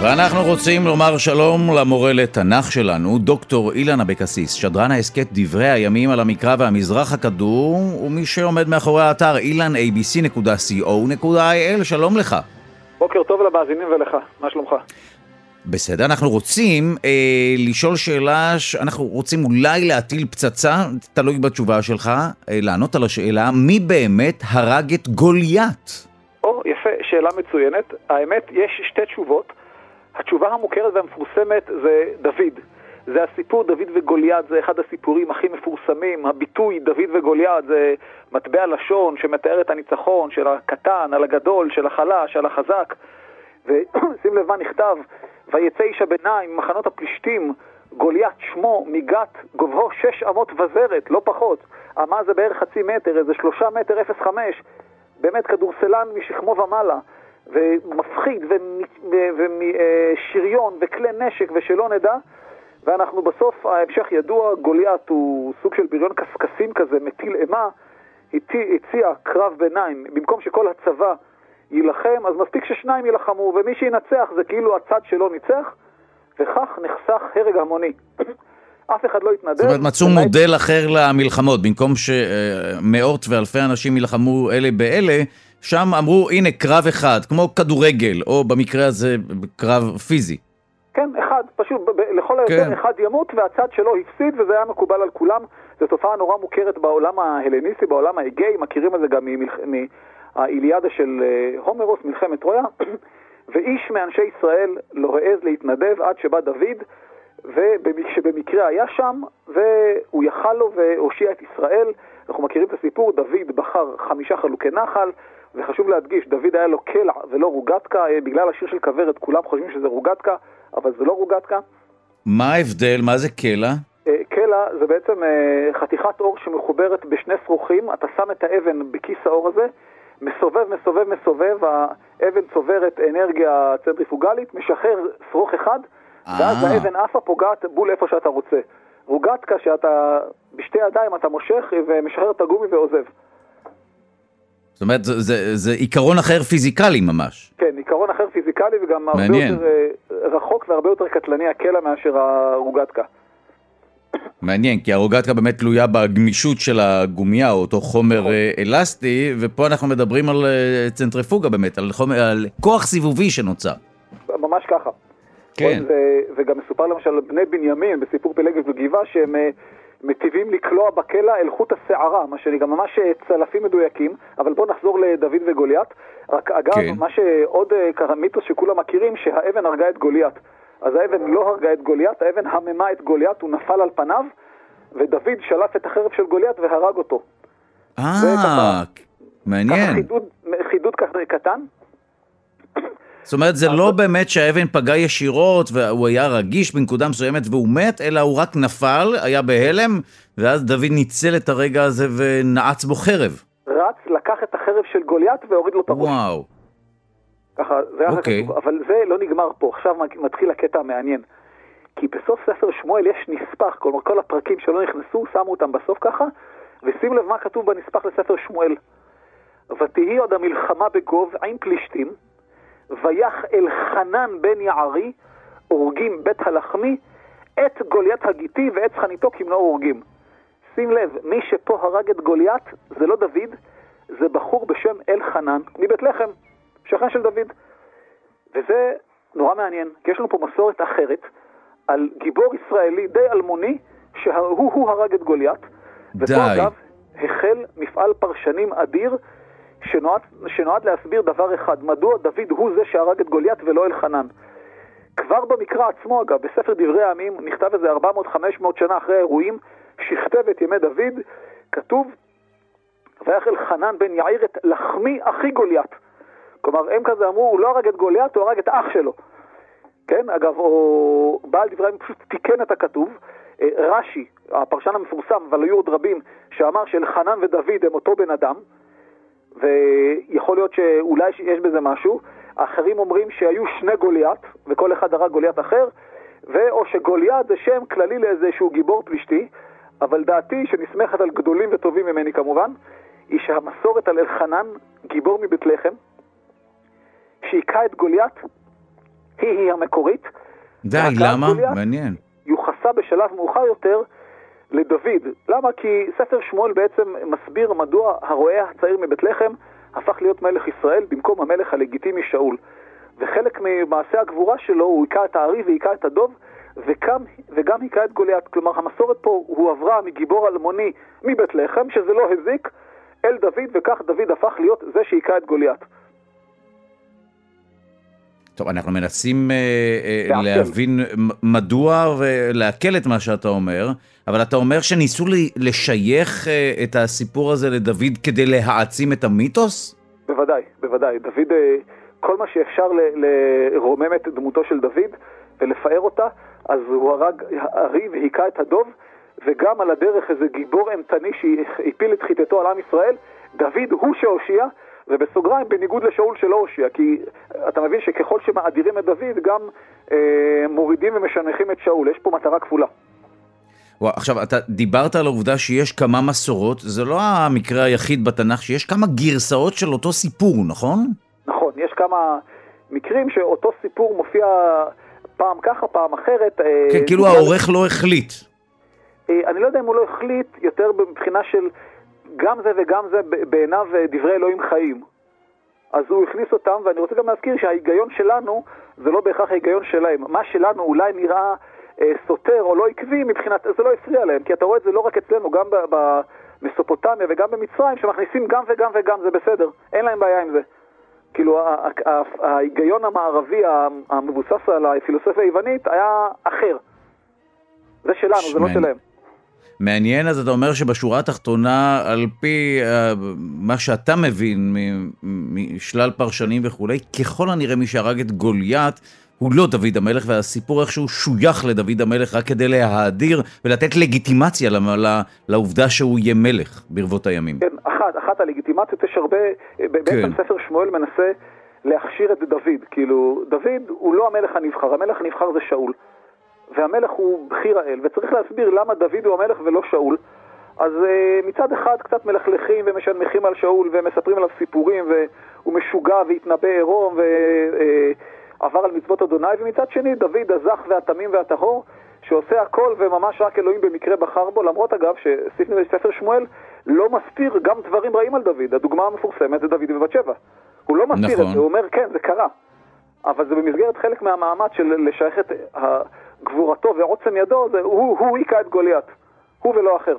ואנחנו רוצים לומר שלום למורה לתנ"ך שלנו, דוקטור אילן אבקסיס, שדרן ההסכת דברי הימים על המקרא והמזרח הקדום, ומי שעומד מאחורי האתר ilanabc.co.il. שלום לך. בוקר טוב למאזינים ולך, מה שלומך? בסדר, אנחנו רוצים לשאול שאלה, אנחנו רוצים אולי להטיל פצצה, תלוי בתשובה שלך, לענות על השאלה, מי באמת הרג את גוליית? יפה, שאלה מצוינת. האמת, יש שתי תשובות. התשובה המוכרת והמפורסמת זה דוד. זה הסיפור דוד וגוליית, זה אחד הסיפורים הכי מפורסמים. הביטוי דוד וגוליית זה מטבע לשון שמתאר את הניצחון של הקטן על הגדול, של החלש, על החזק. ושים לב מה נכתב, ויצא איש הביניים ממחנות הפלישתים, גוליית שמו מגת, גובהו 6 אמות וזרת, לא פחות. אמה זה בערך 0.5 מטר, איזה 3 מטר 0.5, באמת כדורסלן משכמו ומעלה, ומפחיד, ושריון, וכלי נשק, ושלא נדע. ואנחנו בסוף, ההמשך ידוע, גוליית הוא סוג של בריון קסקסים כזה, מטיל אימה, הציע קרב ביניים, במקום שכל הצבא יילחם, אז מספיק ששניים ילחמו, ומי שינצח זה כאילו הצד שלו ניצח, וכך נחסך הרג המוני. אף אחד לא יתנדב. זאת אומרת, מצאו מודל אחר למלחמות, במקום שמאות ואלפי אנשים ילחמו אלה באלה, שם אמרו, הנה קרב אחד, כמו כדורגל, או במקרה הזה קרב פיזי. כן, אחד, פשוט, לכל היותר אחד ימות, והצד שלו הפסיד, וזה היה מקובל על כולם. זו תופעה נורא מוכרת בעולם ההלניסטי, בעולם האגאי, מכירים את זה גם האיליאדה של הומרוס, מלחמת טרויה, ואיש מאנשי ישראל לא העז להתנדב עד שבא דוד, שבמקרה היה שם, והוא יכל לו והושיע את ישראל. אנחנו מכירים את הסיפור, דוד בחר 5 חלוקי נחל, וחשוב להדגיש, דוד היה לו קלע ולא רוגטקה, בגלל השיר של כברת, כולם חושבים שזה רוגטקה, אבל זה לא רוגטקה. מה ההבדל? מה זה קלע? קלע זה בעצם חתיכת אור שמחוברת בשני שרוכים, אתה שם את האבן בכיס האור הזה, מסובב, האבן צוברת אנרגיה צנטריפוגלית, משחרר שרוך אחד, ואז האבן עפה פוגעת בול איפה שאתה רוצה. רוגטקה שאתה בשתי ידיים אתה מושך ומשחרר את הגומי ועוזב. זאת אומרת, זה עיקרון אחר פיזיקלי ממש. כן, עיקרון אחר פיזיקלי, וגם הרבה יותר רחוק והרבה יותר קטלני הקלע מאשר הרוגטקה. מעניין, כי הרוגטקה באמת תלויה בגמישות של הגומיה, או אותו חומר אלסטי, ופה אנחנו מדברים על צנטריפוגה באמת, על כוח סיבובי שנוצר. ממש ככה. כן. וגם מסופר למשל בני בנימין, בסיפור פלגש וגבעה, שהם מטיבים לקלוע בקלע אל חוט השערה, מה שגם ממש צלפים מדויקים, אבל בואו נחזור לדוד וגוליית. רק אגב, מה שעוד מיתוס שכולם מכירים, שהאבן הרגה את גוליית. אז האבן לא הרגה את גוליית, האבן הממה את גוליית, הוא נפל על פניו, ודוד שלף את החרב של גוליית והרג אותו. מעניין. חידוד קטן. זאת אומרת, זה לא באמת שהאבן פגע ישירות, והוא היה רגיש בנקודה מסוימת והוא מת, אלא הוא רק נפל, היה בהלם, ואז דוד ניצל את הרגע הזה ונעץ בו חרב. רץ, לקח את החרב של גוליית והוריד לו את הראש. וואו. ככה, זה היה כתוב, אבל זה לא נגמר פה, עכשיו מתחיל הקטע המעניין. כי בסוף ספר שמואל יש נספח, כלומר כל הפרקים שלא נכנסו, שמו אותם בסוף ככה, ושים לב מה כתוב בנספח לספר שמואל. ותהי עוד המלחמה בגוב עם פלישתים, ויח אל חנן בן יערי, הורגים בית הלחמי, את גוליית הגיתי ואת חניתו כמנוע הורגים. שים לב, מי שפה הרג את גוליית זה לא דוד, זה בחור בשם אל חנן מבית לחם, שכן של דוד. וזה נורא מעניין, כי יש לנו פה מסורת אחרת על גיבור ישראלי די אלמוני שהוא הרג את גוליית. ופה אגב החל מפעל פרשנים אדיר שנועד להסביר דבר אחד, מדוע דוד הוא זה שהרג את גוליית ולא אל חנן. כבר במקרא עצמו אגב, בספר דברי הימים, נכתב איזה 400-500 שנה אחרי האירועים, שכתב את ימי דוד, כתוב, ויח אל חנן בן יעיר את לחמי אחי גוליית. כלומר, הם כזה אמרו, הוא לא הרג את גוליית, הוא הרג את אח שלו. כן, אגב, או בעל דברי הימים פשוט תיקן את הכתוב, רש"י, הפרשן המפורסם, אבל היו עוד רבים, שאמר שאלחנן ודוד הם אותו בן אדם, ויכול להיות שאולי יש בזה משהו. האחרים אומרים שהיו 2 גוליית, וכל אחד הרג גוליית אחר, או שגוליית זה שם כללי לאיזשהו גיבור פלישתי, אבל דעתי שנסמכת על גדולים וטובים ממני כמובן, היא שהמסורת על אלחנן, גיבור מבית לחם, שהיכה את גוליית, היא המקורית. די, למה? מעניין. יוחסה בשלב מאוחר יותר לדוד. למה? כי ספר שמואל בעצם מסביר מדוע הרועה הצעיר מבית לחם הפך להיות מלך ישראל במקום המלך הלגיטימי שאול. וחלק ממעשה הגבורה שלו הוא היכה את הארי והיכה את הדוב, וגם היכה את גוליית. כלומר, המסורת פה הוא עברה מגיבור אלמוני מבית לחם, שזה לא הזיק, אל דוד, וכך דוד הפך להיות זה שהיכה את גוליית. טוב, אנחנו מנסים להבין מדוע ולהקל את מה שאתה אומר, אבל אתה אומר שניסו לשייך את הסיפור הזה לדוד כדי להעצים את המיתוס? בוודאי, בוודאי. דוד, כל מה שאפשר לרומם את דמותו של דוד ולפאר אותה, אז הוא הרג הארי והיכה את הדוב, וגם על הדרך איזה גיבור אמתני שהפיל את חיתתו על עם ישראל, דוד הוא שהושיע, ובסוגריים בניגוד לשאול שלא הושיע, כי אתה מבין שככל שמאדירים את דוד גם מורידים ומשנחים את שאול. יש פה מטרה כפולה. עכשיו, אתה דיברת על העובדה שיש כמה מסורות, זה לא המקרה היחיד בתנ"ך, שיש כמה גרסאות של אותו סיפור, נכון? נכון, יש כמה מקרים שאותו סיפור מופיע פעם ככה, פעם אחרת. כן, כאילו העורך לא החליט. אני לא יודע אם הוא לא החליט, יותר מבחינה של גם זה וגם זה בעיניו דברי אלוהים חיים. אז הוא הכניס אותם, ואני רוצה גם להזכיר שההיגיון שלנו זה לא בהכרח ההיגיון שלהם. מה שלנו אולי נראה סותר או לא עקבי, מבחינת זה לא הפריע להם, כי אתה רואה את זה לא רק אצלנו, גם במסופוטמיה וגם במצרים, שמכניסים גם וגם וגם, זה בסדר, אין להם בעיה עם זה. כאילו ההיגיון המערבי המבוסס על הפילוסופיה היוונית היה אחר. זה שלנו, זה לא שלהם. מעניין, אז אתה אומר שבשורה התחתונה, על פי מה שאתה מבין משלל פרשנים וכולי, ככל הנראה מי שהרג את גוליית הוא לא דוד המלך, והסיפור איכשהו שוייך לדוד המלך רק כדי להאדיר ולתת לגיטימציה לעובדה שהוא יהיה מלך ברבות הימים. כן, אחת הלגיטימציות, יש הרבה, בעצם ספר שמואל מנסה להכשיר את דוד, כאילו דוד הוא לא המלך הנבחר, המלך הנבחר זה שאול. והמלך הוא בחיר האל, וצריך להסביר למה דוד הוא המלך ולא שאול. אז מצד אחד קצת מלכלכים ומשנמכים על שאול ומספרים עליו סיפורים, והוא משוגע והתנבא עירום ועבר על מצוות אדוני, ומצד שני דוד הזך והתמים והטהור שעושה הכל וממש רק אלוהים במקרה בחר בו, למרות אגב שספר שמואל לא מסתיר גם דברים רעים על דוד. הדוגמה המפורסמת זה דוד ובת שבע. הוא לא מסתיר את זה, הוא אומר כן, זה קרה. אבל זה במסגרת חלק מהמאמץ של לשייך את גבורתו ועוצם ידו, הוא היכה את גוליית, הוא ולא אחר.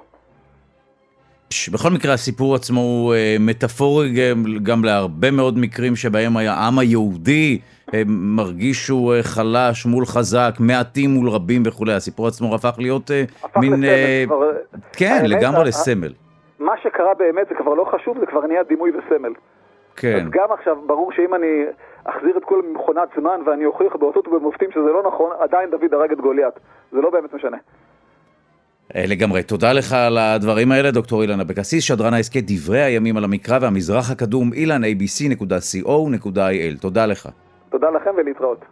בכל מקרה הסיפור עצמו הוא מטאפורי גם להרבה מאוד מקרים שבהם העם היהודי מרגיש שהוא חלש מול חזק, מעטים מול רבים וכו'. הסיפור עצמו הפך להיות מין... כן, לגמרי לסמל. מה שקרה באמת זה כבר לא חשוב, זה כבר נהיה דימוי וסמל. כן. אז גם עכשיו ברור שאם אני אחזיר את כל מכונת זמן ואני אוכיח באותות ובמופתים שזה לא נכון, עדיין דוד הרג את גוליית. זה לא באמת משנה. לגמרי. תודה לך על הדברים האלה, דוקטור אילן אבקסיס, שדרן העסקי דברי הימים על המקרא והמזרח הקדום, אילן, abc.co.il. תודה לך. תודה לכם ולהתראות.